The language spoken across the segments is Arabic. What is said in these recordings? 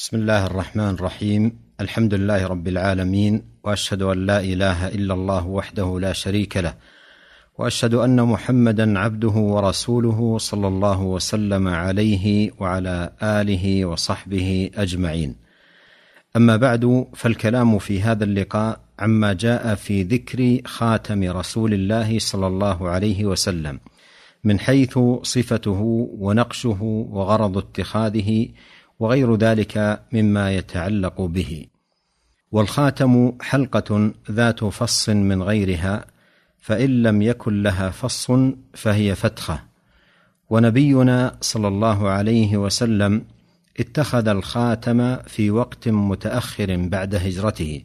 بسم الله الرحمن الرحيم. الحمد لله رب العالمين، وأشهد أن لا إله إلا الله وحده لا شريك له، وأشهد أن محمدا عبده ورسوله صلى الله وسلم عليه وعلى آله وصحبه أجمعين. أما بعد، فالكلام في هذا اللقاء عما جاء في ذكر خاتم رسول الله صلى الله عليه وسلم من حيث صفته ونقشه وغرض اتخاذه وغير ذلك مما يتعلق به. والخاتم حلقة ذات فص من غيرها، فإن لم يكن لها فص فهي فتخة. ونبينا صلى الله عليه وسلم اتخذ الخاتم في وقت متأخر بعد هجرته،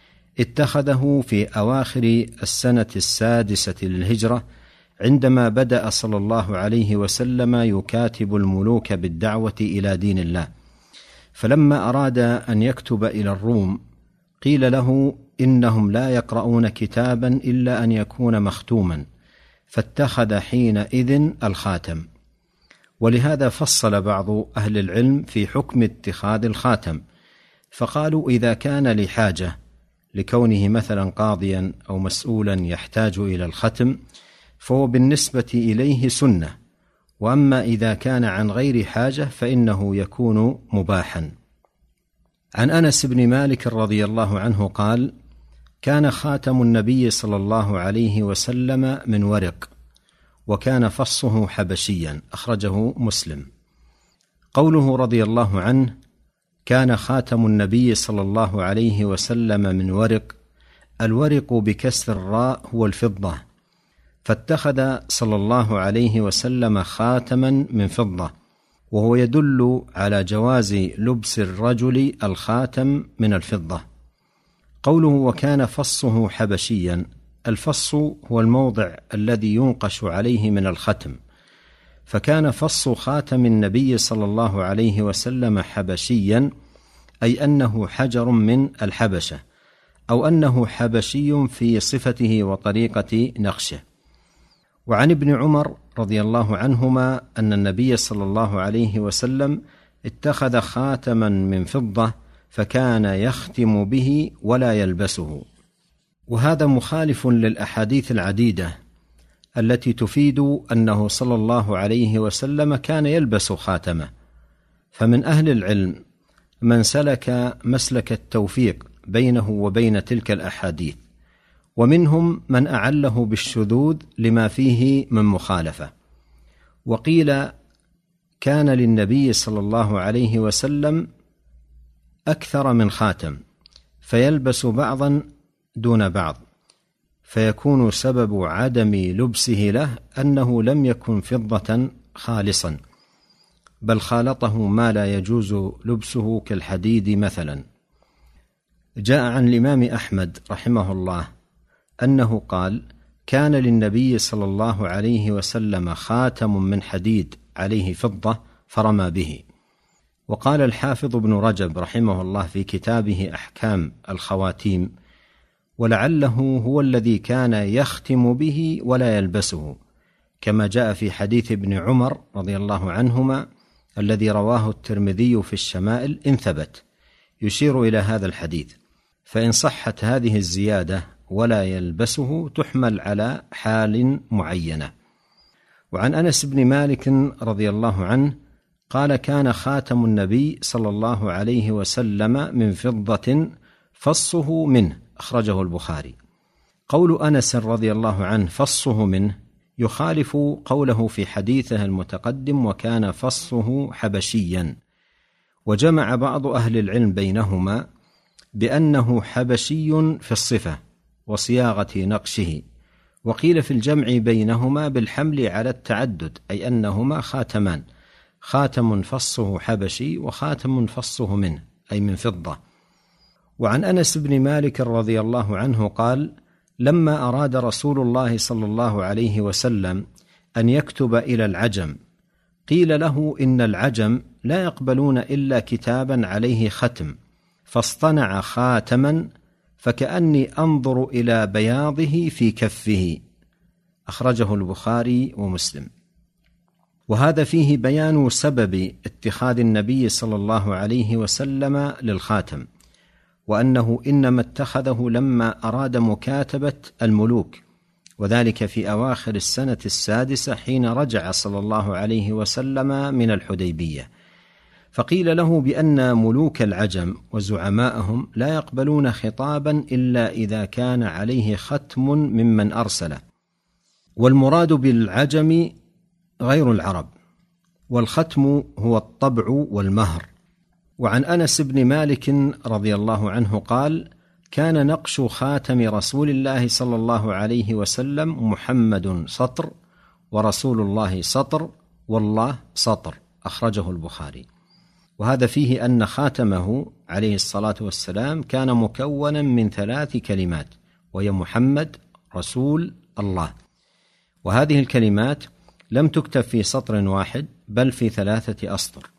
اتخذه في أواخر السنة 6 للهجرة، عندما بدأ صلى الله عليه وسلم يكاتب الملوك بالدعوة إلى دين الله. فلما أراد أن يكتب إلى الروم قيل له إنهم لا يقرؤون كتابا إلا أن يكون مختوما، فاتخذ حينئذ الخاتم. ولهذا فصل بعض أهل العلم في حكم اتخاذ الخاتم، فقالوا إذا كان لحاجة، لكونه مثلا قاضيا أو مسؤولا يحتاج إلى الختم، فهو بالنسبة إليه سنة، وأما إذا كان عن غير حاجة فإنه يكون مباحا. عن أنس بن مالك رضي الله عنه قال: كان خاتم النبي صلى الله عليه وسلم من ورق، وكان فصه حبشيا، أخرجه مسلم. قوله رضي الله عنه كان خاتم النبي صلى الله عليه وسلم من ورق، الورق بكسر الراء هو الفضة، فاتخذ صلى الله عليه وسلم خاتما من فضة، وهو يدل على جواز لبس الرجل الخاتم من الفضة. قوله وكان فصه حبشيا، الفص هو الموضع الذي ينقش عليه من الختم، فكان فص خاتم النبي صلى الله عليه وسلم حبشيا، أي أنه حجر من الحبشة، أو أنه حبشي في صفته وطريقة نقشه. وعن ابن عمر رضي الله عنهما أن النبي صلى الله عليه وسلم اتخذ خاتما من فضة، فكان يختم به ولا يلبسه. وهذا مخالف للأحاديث العديدة التي تفيد أنه صلى الله عليه وسلم كان يلبس خاتمه. فمن أهل العلم من سلك مسلك التوفيق بينه وبين تلك الأحاديث، ومنهم من أعله بالشذوذ لما فيه من مخالفة. وقيل كان للنبي صلى الله عليه وسلم أكثر من خاتم، فيلبس بعضا دون بعض، فيكون سبب عدم لبسه له أنه لم يكن فضة خالصا، بل خالطه ما لا يجوز لبسه كالحديد مثلا. جاء عن الإمام أحمد رحمه الله أنه قال: كان للنبي صلى الله عليه وسلم خاتم من حديد عليه فضة فرمى به. وقال الحافظ ابن رجب رحمه الله في كتابه أحكام الخواتيم: ولعله هو الذي كان يختم به ولا يلبسه، كما جاء في حديث ابن عمر رضي الله عنهما الذي رواه الترمذي في الشمائل إن ثبت، يشير إلى هذا الحديث. فإن صحت هذه الزيادة ولا يلبسه تحمل على حال معينة. وعن أنس بن مالك رضي الله عنه قال: كان خاتم النبي صلى الله عليه وسلم من فضة فصه منه، أخرجه البخاري. قول أنس رضي الله عنه فصه منه يخالف قوله في حديثه المتقدم وكان فصه حبشيا. وجمع بعض أهل العلم بينهما بأنه حبشي في الصفة وصياغة نقشه، وقيل في الجمع بينهما بالحمل على التعدد، أي أنهما خاتمان، خاتم فصه حبشي وخاتم فصه منه أي من فضة. وعن أنس بن مالك رضي الله عنه قال: لما أراد رسول الله صلى الله عليه وسلم أن يكتب إلى العجم قيل له إن العجم لا يقبلون إلا كتابا عليه ختم، فاصطنع خاتما فكأني أنظر إلى بياضه في كفه، أخرجه البخاري ومسلم. وهذا فيه بيان سبب اتخاذ النبي صلى الله عليه وسلم للخاتم، وأنه إنما اتخذه لما أراد مكاتبة الملوك، وذلك في أواخر السنة 6 حين رجع صلى الله عليه وسلم من الحديبية، فقيل له بأن ملوك العجم وزعماءهم لا يقبلون خطابا إلا إذا كان عليه ختم ممن أرسله، والمراد بالعجم غير العرب، والختم هو الطبع والمهر. وعن أنس بن مالك رضي الله عنه قال: كان نقش خاتم رسول الله صلى الله عليه وسلم محمد سطر، ورسول الله سطر، والله سطر، أخرجه البخاري. وهذا فيه أن خاتمه عليه الصلاة والسلام كان مكونا من 3 كلمات، وهي محمد، رسول، الله، وهذه الكلمات لم تكتب في سطر واحد بل في 3 أسطر: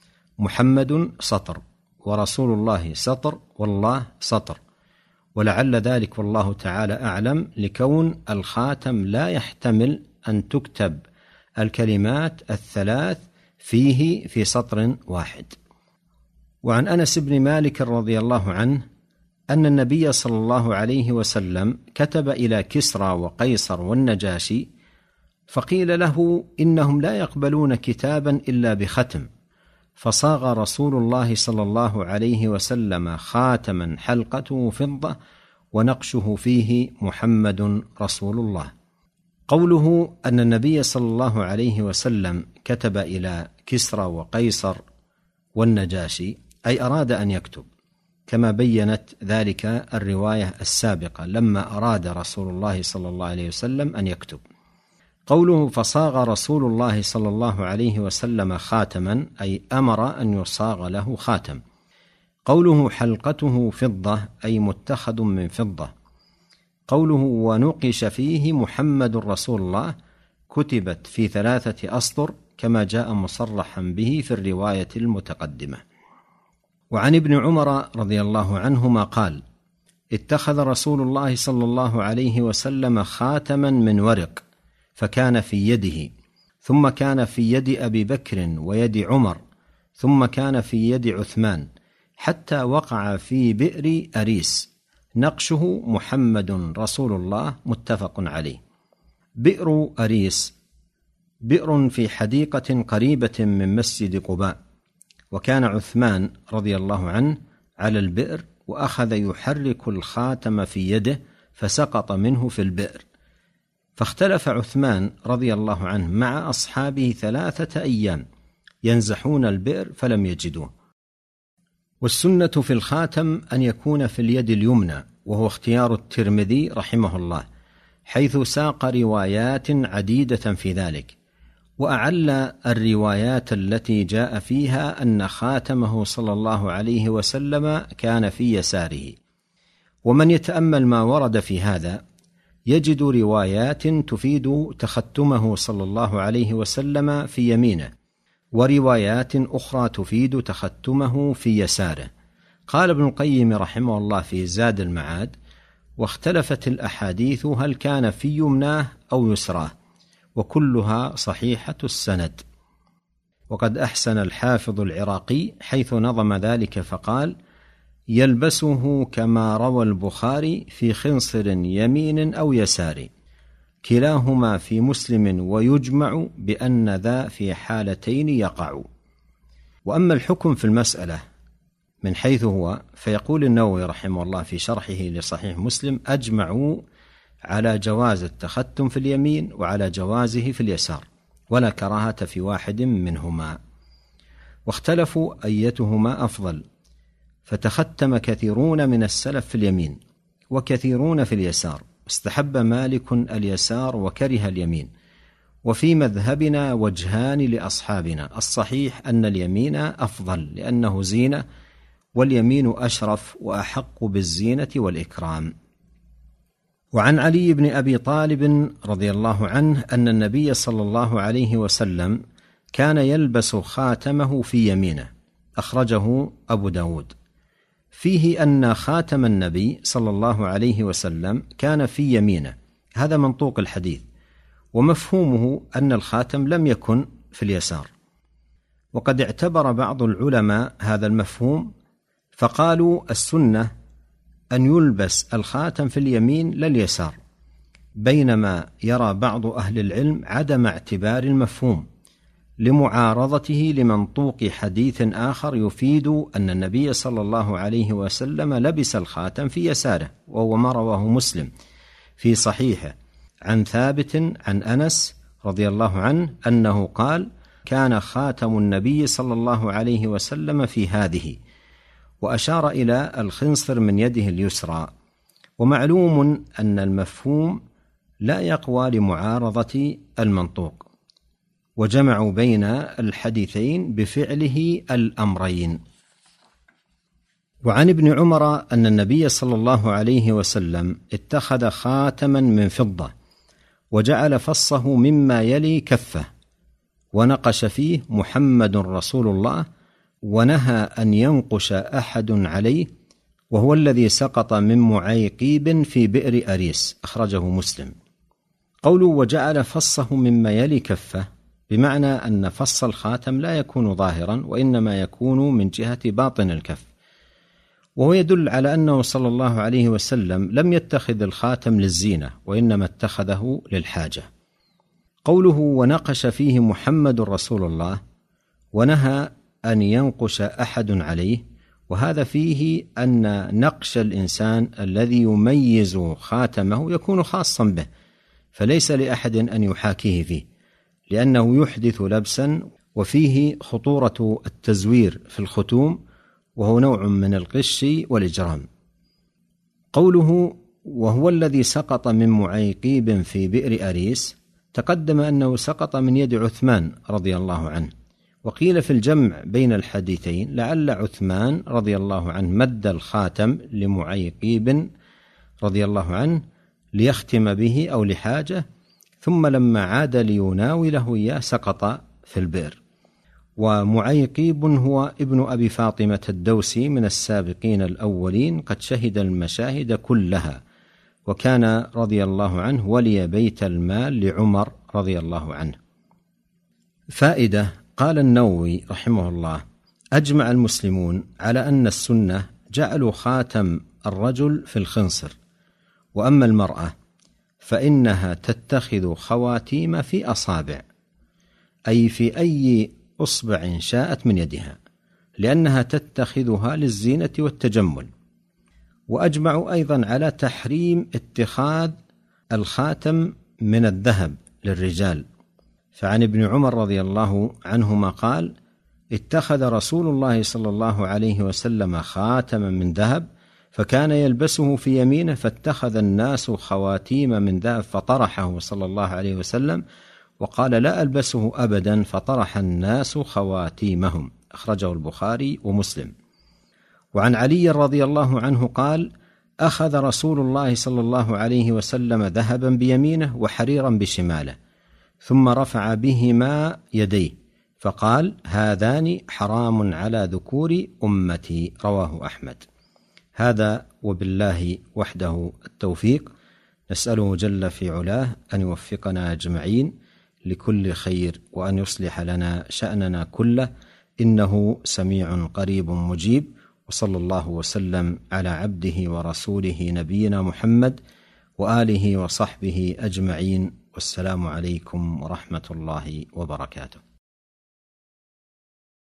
محمد سطر، ورسول الله سطر، والله سطر. ولعل ذلك والله تعالى أعلم لكون الخاتم لا يحتمل أن تكتب الكلمات ال3 فيه في سطر واحد. وعن أنس بن مالك رضي الله عنه أن النبي صلى الله عليه وسلم كتب إلى كسرى وقيصر والنجاشي، فقيل له إنهم لا يقبلون كتابا إلا بختم، فصاغ رسول الله صلى الله عليه وسلم خاتما حلقته فضة ونقشه فيه محمد رسول الله. قوله أن النبي صلى الله عليه وسلم كتب إلى كسرى وقيصر والنجاشي أي أراد أن يكتب، كما بينت ذلك الرواية السابقة لما أراد رسول الله صلى الله عليه وسلم أن يكتب. قوله فصاغ رسول الله صلى الله عليه وسلم خاتما أي أمر أن يصاغ له خاتم. قوله حلقته فضة أي متخذ من فضة. قوله ونقش فيه محمد رسول الله كتبت في 3 أسطر كما جاء مصرحا به في الرواية المتقدمة. وعن ابن عمر رضي الله عنهما قال: اتخذ رسول الله صلى الله عليه وسلم خاتما من ورق فكان في يده، ثم كان في يد أبي بكر ويد عمر، ثم كان في يد عثمان، حتى وقع في بئر أريس، نقشه محمد رسول الله، متفق عليه. بئر أريس بئر في حديقة قريبة من مسجد قباء، وكان عثمان رضي الله عنه على البئر وأخذ يحرك الخاتم في يده فسقط منه في البئر، فاختلف عثمان رضي الله عنه مع أصحابه 3 أيام ينزحون البئر فلم يجدوه. والسنة في الخاتم أن يكون في اليد اليمنى، وهو اختيار الترمذي رحمه الله، حيث ساق روايات عديدة في ذلك، وأعل الروايات التي جاء فيها أن خاتمه صلى الله عليه وسلم كان في يساره. ومن يتأمل ما ورد في هذا يجد روايات تفيد تختمه صلى الله عليه وسلم في يمينه، وروايات أخرى تفيد تختمه في يساره. قال ابن القيم رحمه الله في زاد المعاد: واختلفت الأحاديث هل كان في يمناه أو يسراه، وكلها صحيحة السند. وقد أحسن الحافظ العراقي حيث نظم ذلك فقال: يلبسه كما روى البخاري في خنصر يمين أو يسار، كلاهما في مسلم، ويجمع بأن ذا في حالتين يقع. وأما الحكم في المسألة من حيث هو، فيقول النووي رحمه الله في شرحه لصحيح مسلم: أجمعوا على جواز التختم في اليمين وعلى جوازه في اليسار، ولا كراهة في واحد منهما، واختلفوا أيتهما أفضل، فتختم كثيرون من السلف في اليمين وكثيرون في اليسار، استحب مالك اليسار وكره اليمين. وفي مذهبنا وجهان لأصحابنا، الصحيح أن اليمين أفضل لأنه زينة، واليمين أشرف وأحق بالزينة والإكرام. وعن علي بن أبي طالب رضي الله عنه أن النبي صلى الله عليه وسلم كان يلبس خاتمه في يمينه، أخرجه أبو داود. فيه أن خاتم النبي صلى الله عليه وسلم كان في يمينه، هذا منطوق الحديث، ومفهومه أن الخاتم لم يكن في اليسار. وقد اعتبر بعض العلماء هذا المفهوم فقالوا السنة أن يلبس الخاتم في اليمين لا اليسار، بينما يرى بعض أهل العلم عدم اعتبار المفهوم لمعارضته لمنطوق حديث آخر يفيد أن النبي صلى الله عليه وسلم لبس الخاتم في يساره، وهو ما رواه مسلم في صحيحه عن ثابت عن أنس رضي الله عنه أنه قال: كان خاتم النبي صلى الله عليه وسلم في هذه، وأشار إلى الخنصر من يده اليسرى. ومعلوم أن المفهوم لا يقوى لمعارضة المنطوق، وجمعوا بين الحديثين بفعله الأمرين. وعن ابن عمر أن النبي صلى الله عليه وسلم اتخذ خاتما من فضة وجعل فصه مما يلي كفه، ونقش فيه محمد رسول الله، ونهى أن ينقش أحد عليه، وهو الذي سقط من معيقيب في بئر أريس، أخرجه مسلم. قوله وجعل فصه مما يلي كفه بمعنى أن فص الخاتم لا يكون ظاهرا، وإنما يكون من جهة باطن الكف، وهو يدل على أنه صلى الله عليه وسلم لم يتخذ الخاتم للزينة، وإنما اتخذه للحاجة. قوله ونقش فيه محمد رسول الله، ونهى أن ينقش أحد عليه، وهذا فيه أن نقش الإنسان الذي يميز خاتمه يكون خاصا به، فليس لأحد أن يحاكيه فيه، لأنه يحدث لبسا، وفيه خطورة التزوير في الختوم، وهو نوع من الغش والإجرام. قوله وهو الذي سقط من معيقيب في بئر أريس، تقدم أنه سقط من يد عثمان رضي الله عنه، وقيل في الجمع بين الحديثين لعل عثمان رضي الله عنه مد الخاتم لمعيقيب رضي الله عنه ليختم به أو لحاجة، ثم لما عاد ليناوله إياه سقط في البئر. ومعيقيب هو ابن أبي فاطمة الدوسي من السابقين الأولين، قد شهد المشاهد كلها، وكان رضي الله عنه ولي بيت المال لعمر رضي الله عنه. فائدة: قال النووي رحمه الله: أجمع المسلمون على أن السنة جعلوا خاتم الرجل في الخنصر، وأما المرأة فإنها تتخذ خواتيم في أصابع، أي في أي أصبع شاءت من يدها، لأنها تتخذها للزينة والتجمل. وأجمعوا أيضا على تحريم اتخاذ الخاتم من الذهب للرجال، فعن ابن عمر رضي الله عنهما قال: اتخذ رسول الله صلى الله عليه وسلم خاتما من ذهب فكان يلبسه في يمينه، فاتخذ الناس خواتيم من ذهب فطرحه صلى الله عليه وسلم، وقال: لا ألبسه أبدا، فطرح الناس خواتيمهم، أخرجه البخاري ومسلم. وعن علي رضي الله عنه قال: أخذ رسول الله صلى الله عليه وسلم ذهبا بيمينه وحريرا بشماله، ثم رفع بهما يديه فقال: هذان حرام على ذكور أمتي، رواه أحمد. هذا وبالله وحده التوفيق، نسأله جل في علاه أن يوفقنا أجمعين لكل خير، وأن يصلح لنا شأننا كله، إنه سميع قريب مجيب. وصلى الله وسلم على عبده ورسوله نبينا محمد وآله وصحبه أجمعين، والسلام عليكم ورحمة الله وبركاته.